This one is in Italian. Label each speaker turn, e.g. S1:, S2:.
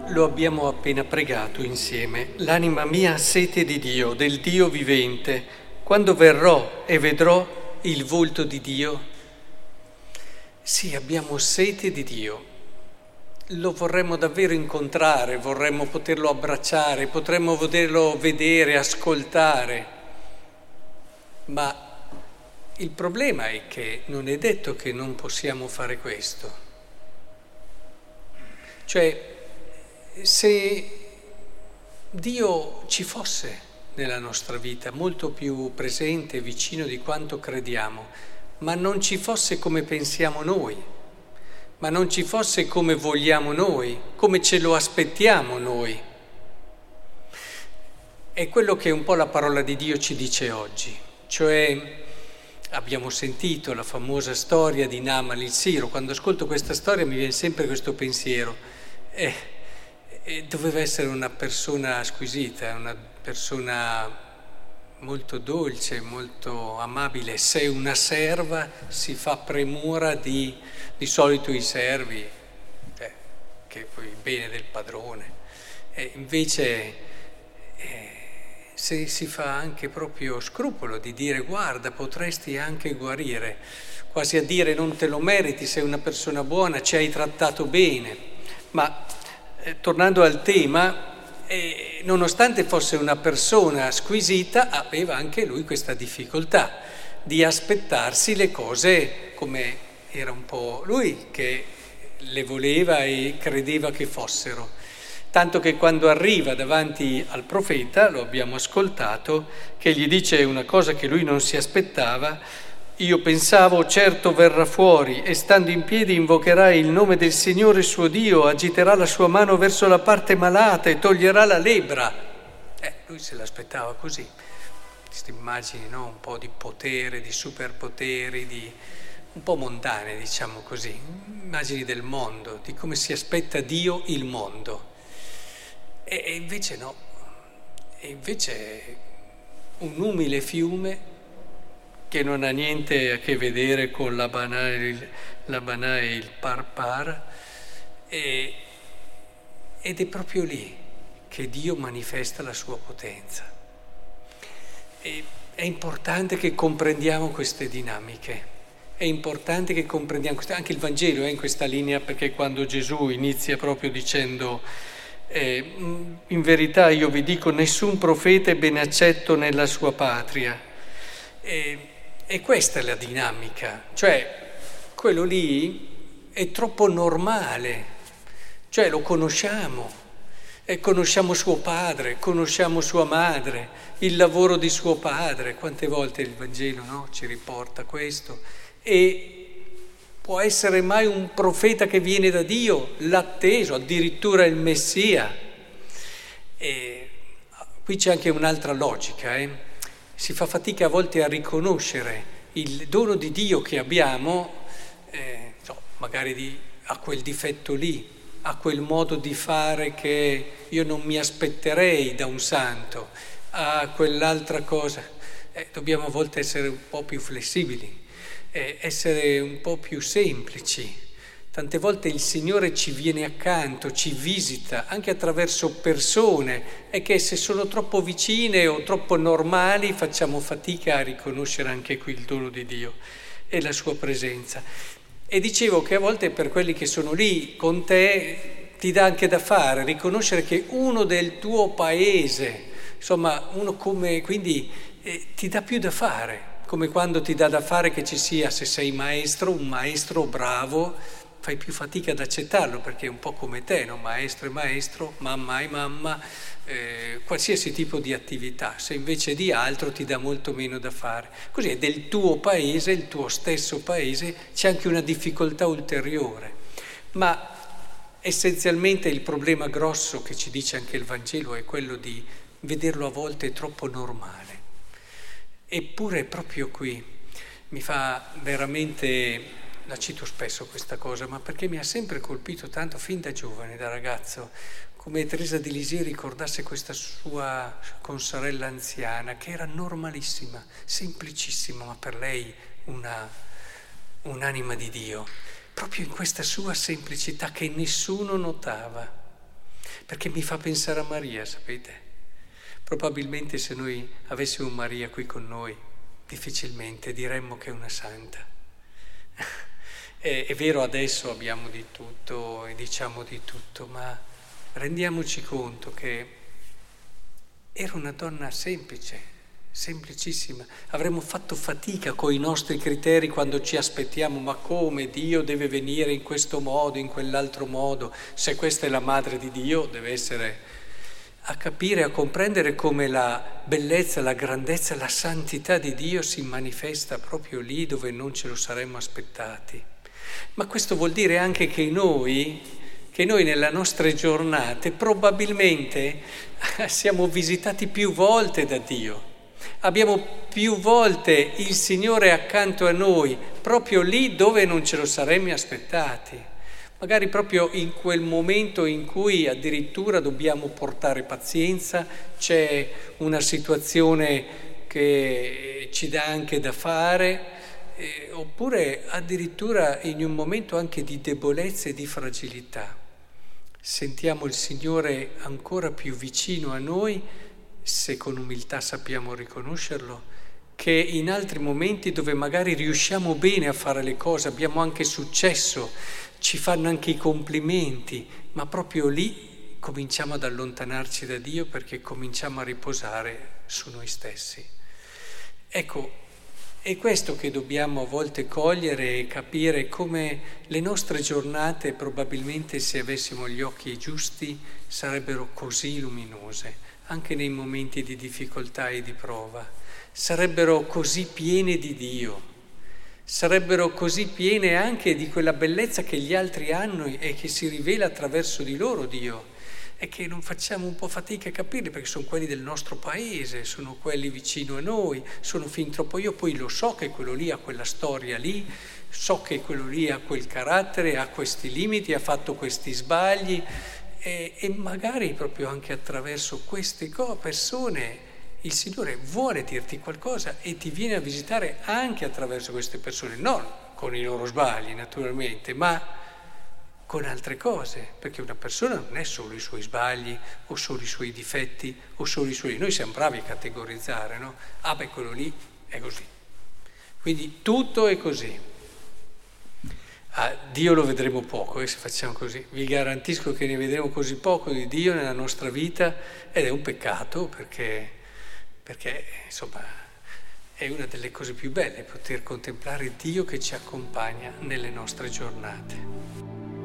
S1: Lo abbiamo appena pregato insieme. L'anima mia ha sete di Dio, del Dio vivente. Quando verrò e vedrò il volto di Dio, sì, abbiamo sete di Dio. Lo vorremmo davvero incontrare, vorremmo poterlo abbracciare, potremmo poterlo vedere, ascoltare. Ma il problema è che non è detto che non possiamo fare questo. Cioè, se Dio ci fosse nella nostra vita molto più presente e vicino di quanto crediamo, ma non ci fosse come pensiamo noi, ma non ci fosse come vogliamo noi, come ce lo aspettiamo noi, è quello che un po' la parola di Dio ci dice oggi. Cioè, abbiamo sentito la famosa storia di Naaman il Siro. Quando ascolto questa storia mi viene sempre questo pensiero. Doveva essere una persona squisita, una persona molto dolce, molto amabile. Se una serva si fa premura di solito i servi, che poi il bene del padrone, invece se si fa anche proprio scrupolo di dire guarda, potresti anche guarire, quasi a dire non te lo meriti, sei una persona buona, ci hai trattato bene. Ma tornando al tema, nonostante fosse una persona squisita, aveva anche lui questa difficoltà di aspettarsi le cose come era un po' lui che le voleva e credeva che fossero. Tanto che quando arriva davanti al profeta, lo abbiamo ascoltato, che gli dice una cosa che lui non si aspettava: io pensavo certo verrà fuori e stando in piedi invocherà il nome del Signore suo Dio, agiterà la sua mano verso la parte malata e toglierà la lebbra. Lui se l'aspettava così. Queste immagini, no? Un po' di potere, di superpoteri, un po' mondane, diciamo così. Immagini del mondo, di come si aspetta Dio il mondo. E invece no. E invece un umile fiume che non ha niente a che vedere con la Banà e il Parpar, ed è proprio lì che Dio manifesta la sua potenza. E è importante che comprendiamo queste dinamiche, è importante che comprendiamo, anche il Vangelo è in questa linea, perché quando Gesù inizia proprio dicendo in verità io vi dico nessun profeta è ben accetto nella sua patria. E questa è la dinamica, cioè quello lì è troppo normale, cioè lo conosciamo, conosciamo suo padre, conosciamo sua madre, il lavoro di suo padre, quante volte il Vangelo, no, ci riporta questo, e può essere mai un profeta che viene da Dio, l'atteso, addirittura il Messia. E qui c'è anche un'altra logica, Si fa fatica a volte a riconoscere il dono di Dio che abbiamo, magari a quel difetto lì, a quel modo di fare che io non mi aspetterei da un santo, a quell'altra cosa. Dobbiamo a volte essere un po' più flessibili, essere un po' più semplici. Tante volte il Signore ci viene accanto, ci visita, anche attraverso persone, e che se sono troppo vicine o troppo normali facciamo fatica a riconoscere anche qui il dono di Dio e la sua presenza. E dicevo che a volte per quelli che sono lì con te ti dà anche da fare, riconoscere che uno del tuo paese, insomma uno come, quindi ti dà più da fare, come quando ti dà da fare che ci sia, se sei maestro, un maestro bravo, fai più fatica ad accettarlo perché è un po' come te, no? Maestro è maestro, mamma è mamma, qualsiasi tipo di attività. Se invece di altro ti dà molto meno da fare. Così è del tuo paese, il tuo stesso paese, c'è anche una difficoltà ulteriore. Ma essenzialmente il problema grosso che ci dice anche il Vangelo è quello di vederlo a volte troppo normale. Eppure proprio qui mi fa veramente... La cito spesso questa cosa, ma perché mi ha sempre colpito tanto fin da giovane, da ragazzo, come Teresa di Lisieux ricordasse questa sua consorella anziana, che era normalissima, semplicissima, ma per lei un'anima di Dio, proprio in questa sua semplicità che nessuno notava. perché mi fa pensare a Maria, sapete? Probabilmente se noi avessimo Maria qui con noi, difficilmente diremmo che è una santa. È vero, adesso abbiamo di tutto e diciamo di tutto, ma rendiamoci conto che era una donna semplice, semplicissima. Avremmo fatto fatica con i nostri criteri quando ci aspettiamo, ma come Dio deve venire in questo modo, in quell'altro modo? Se questa è la madre di Dio, deve essere... a capire, a comprendere come la bellezza, la grandezza, la santità di Dio si manifesta proprio lì dove non ce lo saremmo aspettati. Ma questo vuol dire anche che noi nelle nostre giornate probabilmente siamo visitati più volte da Dio. Abbiamo più volte il Signore accanto a noi, proprio lì dove non ce lo saremmo aspettati. Magari proprio in quel momento in cui addirittura dobbiamo portare pazienza, c'è una situazione che ci dà anche da fare, oppure addirittura in un momento anche di debolezza e di fragilità. Sentiamo il Signore ancora più vicino a noi, se con umiltà sappiamo riconoscerlo, che in altri momenti dove magari riusciamo bene a fare le cose, abbiamo anche successo, ci fanno anche i complimenti, ma proprio lì cominciamo ad allontanarci da Dio perché cominciamo a riposare su noi stessi. Ecco, è questo che dobbiamo a volte cogliere e capire, come le nostre giornate probabilmente, se avessimo gli occhi giusti, sarebbero così luminose, anche nei momenti di difficoltà e di prova, sarebbero così piene di Dio. Sarebbero così piene anche di quella bellezza che gli altri hanno e che si rivela attraverso di loro Dio, e che non facciamo un po' fatica a capire perché sono quelli del nostro paese, sono quelli vicino a noi, sono fin troppo. Io poi lo so che quello lì ha quella storia lì, so che quello lì ha quel carattere, ha questi limiti, ha fatto questi sbagli, e magari proprio anche attraverso queste persone il Signore vuole dirti qualcosa e ti viene a visitare anche attraverso queste persone, non con i loro sbagli naturalmente, ma con altre cose, perché una persona non è solo i suoi sbagli o solo i suoi difetti o solo i suoi... Noi siamo bravi a categorizzare, no? Ah beh, quello lì è così. Quindi tutto è così. Dio lo vedremo poco, se facciamo così. Vi garantisco che ne vedremo così poco di Dio nella nostra vita, ed è un peccato perché insomma è una delle cose più belle poter contemplare Dio che ci accompagna nelle nostre giornate.